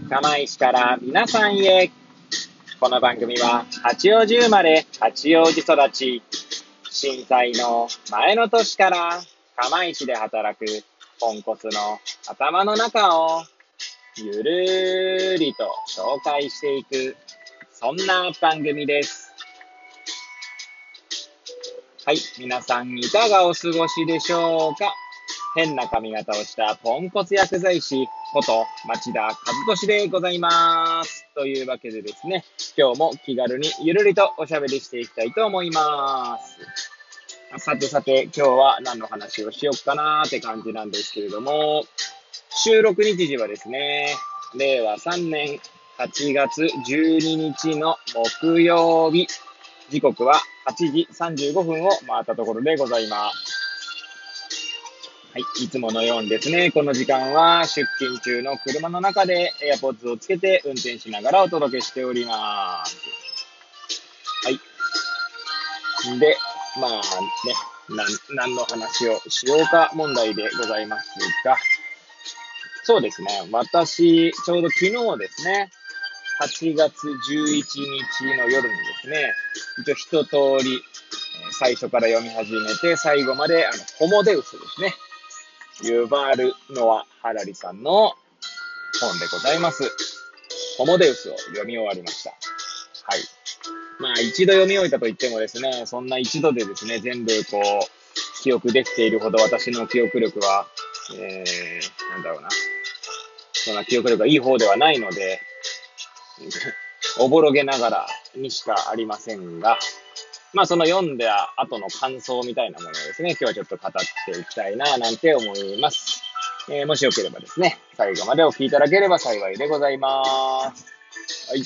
釜石から皆さんへ。この番組は八王子生まれ八王子育ち、震災の前の年から釜石で働くポンコツの頭の中をゆるりと紹介していく、そんな番組です。はい、皆さんいかがお過ごしでしょうか。変な髪型をしたポンコツ薬剤師こと町田和俊でございます。というわけでですね、今日も気軽にゆるりとおしゃべりしていきたいと思います。さてさて、今日は何の話をしようかなーって感じなんですけれども、収録日時はですね、令和3年8月12日の木曜日、時刻は8時35分を回ったところでございます。はい、いつものようにですね、この時間は出勤中の車の中でAirPodsをつけて運転しながらお届けしております。はい。で、まあね、何の話をしようか問題でございますが、そうですね、私、ちょうど昨日ですね、8月11日の夜にですね、一応一通り最初から読み始めて最後までホモデウスですね。ユバール・ノア・ハラリさんの本でございます。ホモデウスを読み終わりました。はい。まあ一度読み終えたと言ってもですね、そんな一度でですね、全部記憶できているほど私の記憶力は、なんだろうな。そんな記憶力がいい方ではないので、おぼろげながらにしかありませんが、まあその読んだ後の感想みたいなものをですね、今日はちょっと語っていきたいななんて思います。もしよければですね、最後までお聞きいただければ幸いでございます。はい。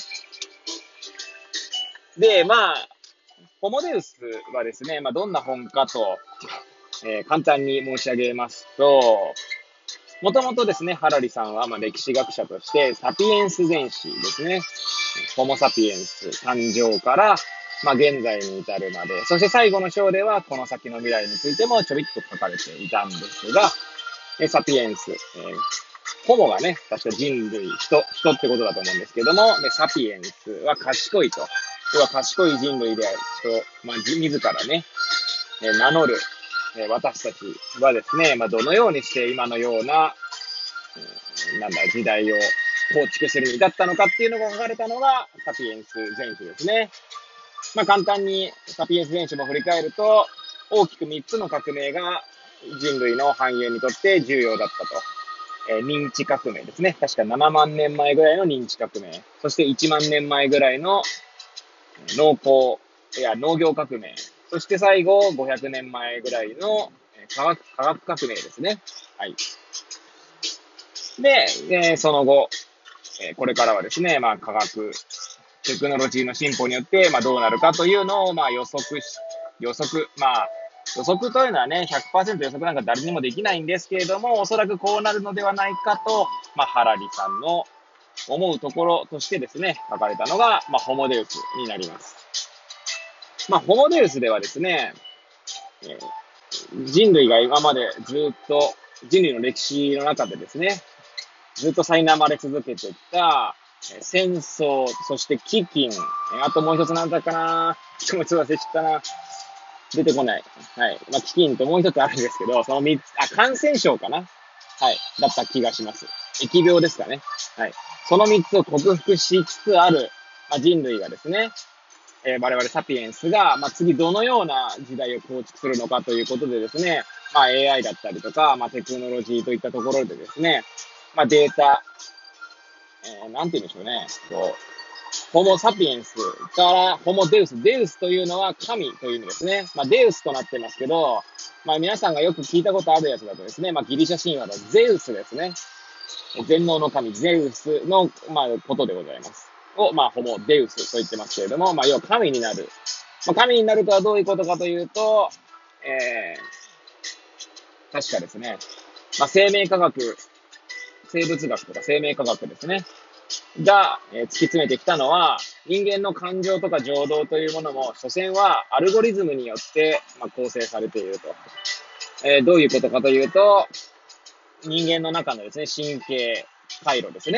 で、まあ、ホモデウスはですね、まあどんな本かと、簡単に申し上げますと、もともとですね、ハラリさんは歴史学者として、サピエンス全史ですね、ホモサピエンス誕生から、現在に至るまで、そして最後の章では、この先の未来についてもちょびっと書かれていたんですが、サピエンス、ホモがね、確か人類、人ってことだと思うんですけども、サピエンスは賢いと。要は賢い人類であると、自らね、名乗る、私たちはですね、どのようにして今のような、時代を構築するに至ったのかっていうのが書かれたのが、サピエンス全史ですね。簡単にサピエンス全史も振り返ると、大きく3つの革命が人類の繁栄にとって重要だったと。認知革命ですね。確か7万年前ぐらいの認知革命。そして1万年前ぐらいの農業革命。そして最後、500年前ぐらいの科学革命ですね。はい。で、その後、これからはですね、科学、テクノロジーの進歩によって、どうなるかというのを、予測というのはね、100% 予測なんか誰にもできないんですけれども、おそらくこうなるのではないかと、ハラリさんの思うところとしてですね、書かれたのが、ホモデウスになります。ホモデウスではですね、人類が今までずっと、人類の歴史の中でですね、ずっと苛まれ続けてきた、戦争、そして飢饉、あともう一つなんだかな、もうちょっと忘れちゃったな。出てこない。はい。飢饉ともう一つあるんですけど、その三つ、感染症かな。はい。だった気がします。疫病ですかね。はい。その三つを克服しつつある、人類がですね、我々サピエンスが、次どのような時代を構築するのかということでですね、AI だったりとか、テクノロジーといったところでですね、データ、なんて言うんでしょうね、ホモサピエンスからホモデウス。デウスというのは神という意味ですね。デウスとなってますけど、皆さんがよく聞いたことあるやつだとですね、ギリシャ神話のゼウスですね。全能の神、ゼウスの、ことでございます。を、ホモデウスと言ってますけれども、要は神になる。神になるとはどういうことかというと、確かですね、生命科学、生物学とか生命科学ですね。が、突き詰めてきたのは、人間の感情とか情動というものも、所詮はアルゴリズムによって、構成されていると。どういうことかというと、人間の中のですね、神経回路ですね。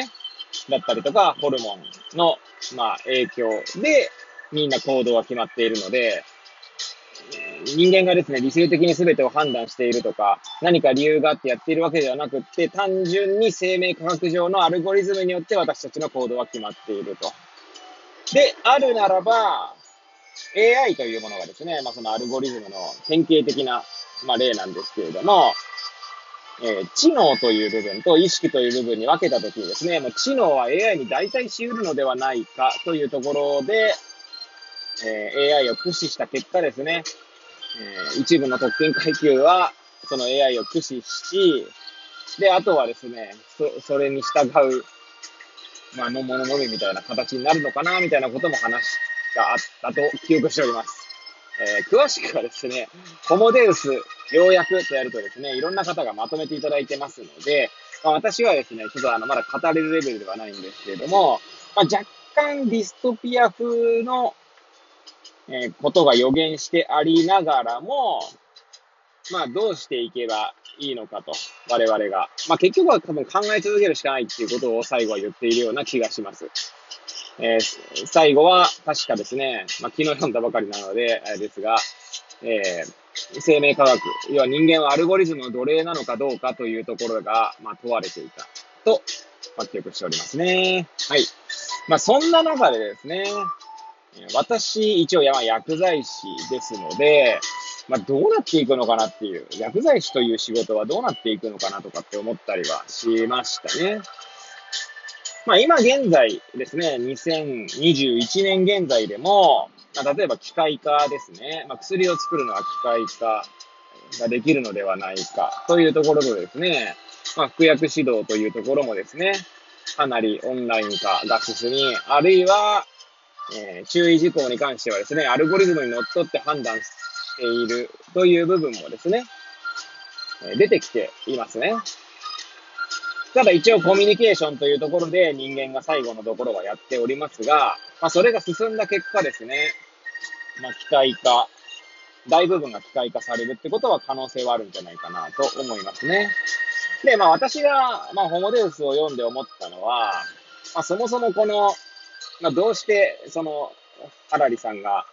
だったりとか、ホルモンの、影響で、みんな行動が決まっているので、人間がですね、理性的に全てを判断しているとか、何か理由があってやっているわけではなくって、単純に生命科学上のアルゴリズムによって私たちの行動は決まっていると。で、あるならば、AI というものがですね、そのアルゴリズムの典型的な、例なんですけれども、知能という部分と意識という部分に分けたときにですね、もう知能は AI に代替し得るのではないかというところで、AI を駆使した結果ですね、一部の特権階級はその AI を駆使し、で、あとはですね、それに従う、のもののみみたいな形になるのかな、みたいなことも話があったと記憶しております。詳しくはですね、ホモデウス要約とやるとですね、いろんな方がまとめていただいてますので、私はですね、ちょっとまだ語れるレベルではないんですけれども、若干ディストピア風の、ことが予言してありながらも、どうしていけばいいのかと、我々が。結局は多分考え続けるしかないっていうことを最後は言っているような気がします。最後は確かですね、昨日読んだばかりなので、あれですが、生命科学、要は人間はアルゴリズムの奴隷なのかどうかというところが、問われていたと、記憶しておりますね。はい。そんな中でですね、私、一応薬剤師ですので、どうなっていくのかなっていう、薬剤師という仕事はどうなっていくのかなとかって思ったりはしましたね。今現在ですね、2021年現在でも、例えば機械化ですね、薬を作るのは機械化ができるのではないかというところでですね、服薬指導というところもですね、かなりオンライン化が進み、あるいは、注意事項に関してはですね、アルゴリズムにのっとって判断しているという部分もですね、出てきていますね。ただ一応コミュニケーションというところで人間が最後のところはやっておりますが、それが進んだ結果ですね、機械化、大部分が機械化されるってことは可能性はあるんじゃないかなと思いますね。で、私が、ホモデウスを読んで思ったのは、そもそもこの、どうして、ハラリさんが、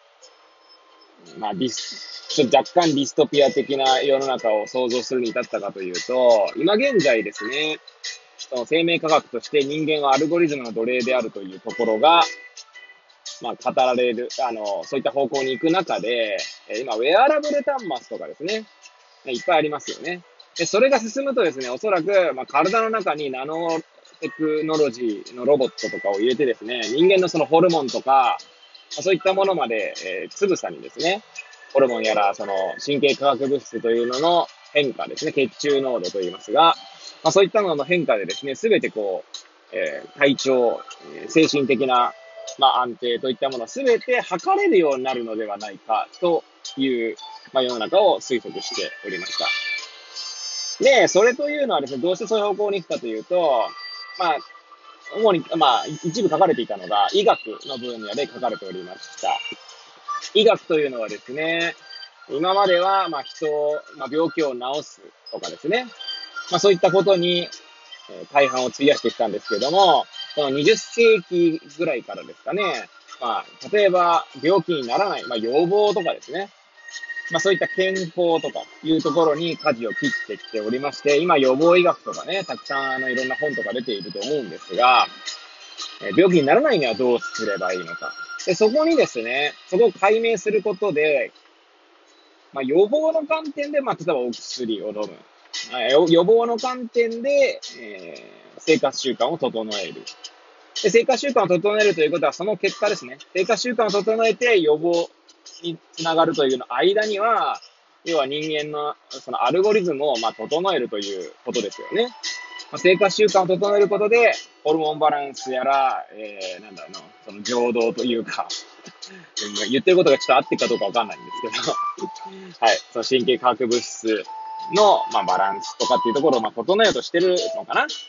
若干ディストピア的な世の中を想像するに至ったかというと、今現在ですね、その生命科学として人間はアルゴリズムの奴隷であるというところが、語られる、そういった方向に行く中で、今、ウェアラブル端末とかですね、いっぱいありますよね。で、それが進むとですね、おそらく、体の中にナノテクノロジーのロボットとかを入れてですね、人間のそのホルモンとか、そういったものまで、つぶさにですね、ホルモンやら、神経化学物質というのの変化ですね、血中濃度といいますが、そういったのの変化でですね、すべて体調、精神的な、安定といったものをすべて測れるようになるのではないかという、世の中を推測しておりました。で、それというのはですね、どうしてそういう方向に行くかというと、主に、一部書かれていたのが、医学の分野で書かれておりました。医学というのはですね、今までは、病気を治すとかですね、そういったことに、大半を費やしてきたんですけれども、この20世紀ぐらいからですかね、例えば病気にならない、予防とかですね、そういった健康とかいうところに舵を切ってきておりまして、今予防医学とかね、たくさんいろんな本とか出ていると思うんですが、病気にならないにはどうすればいいのか。で、そこにですね、そこを解明することで、予防の観点で、例えばお薬を飲む。予防の観点で、生活習慣を整える。で、生活習慣を整えるということは、その結果ですね。生活習慣を整えて予防につながるというの間には、要は人間のそのアルゴリズムを整えるということですよね。生活習慣を整えることで、ホルモンバランスやら、その情動というか、言ってることがちょっと合ってるかどうかわかんないんですけど、はい、その神経化学物質の、バランスとかっていうところを整えようとしてるのかな。はい。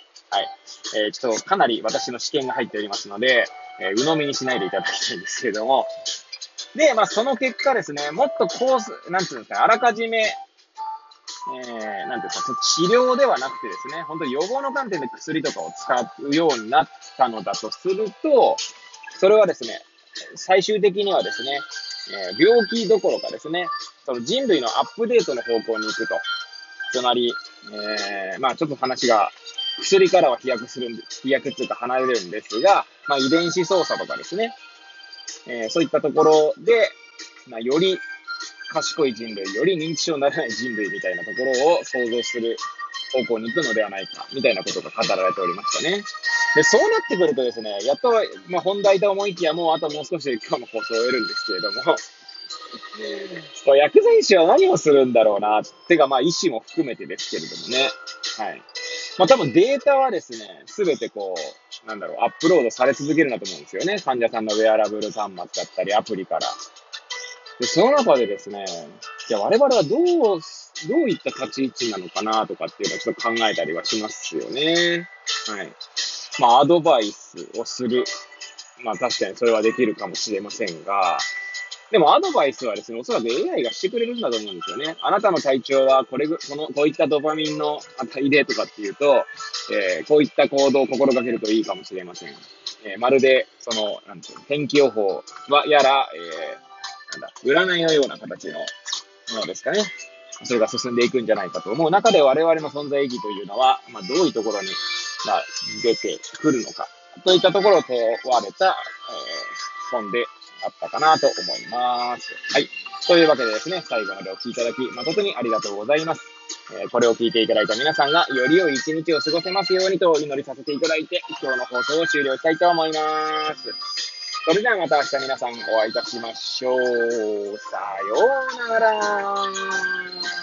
ちょっとかなり私の試験が入っておりますので、鵜呑みにしないでいただきたいんですけれども、で、その結果ですね、もっとなんていうんですか、あらかじめ、 なんていうか、治療ではなくてですね、本当に予防の観点で薬とかを使うようになったのだとすると、それはですね、最終的にはですね、病気どころかですね、その人類のアップデートの方向に行くと。つまり、ちょっと話が、薬からは飛躍っていうか離れるんですが、遺伝子操作とかですね、そういったところで、より賢い人類、より認知症にならない人類みたいなところを想像する方向に行くのではないか、みたいなことが語られておりましたね。で、そうなってくるとですね、やっと、本題と思いきや、もうあともう少しで今日の放送を終えるんですけれども、薬剤師は何をするんだろうな、てか医師も含めてですけれどもね。はい。多分データはですね、すべてアップロードされ続けるんだと思うんですよね。患者さんのウェアラブル端末だったり、アプリから。で、その中でですね、じゃあ我々はどういった立ち位置なのかなとかっていうのをちょっと考えたりはしますよね。はい。アドバイスをする。確かにそれはできるかもしれませんが、でもアドバイスはですね、おそらく AI がしてくれるんだと思うんですよね。あなたの体調はこういったドパミンの値でとかっていうと、こういった行動を心がけるといいかもしれません。まるで、天気予報やら、占いのような形のものですかね。それが進んでいくんじゃないかと思う中で我々の存在意義というのは、どういうところに、出てくるのか、といったところを問われた、本であったかなと思います。はい。というわけでですね、最後までお聞きいただき誠にありがとうございます。これを聞いていただいた皆さんがより良い一日を過ごせますようにとお祈りさせていただいて、今日の放送を終了したいと思います。それではまた明日皆さんお会いいたしましょう。さようなら。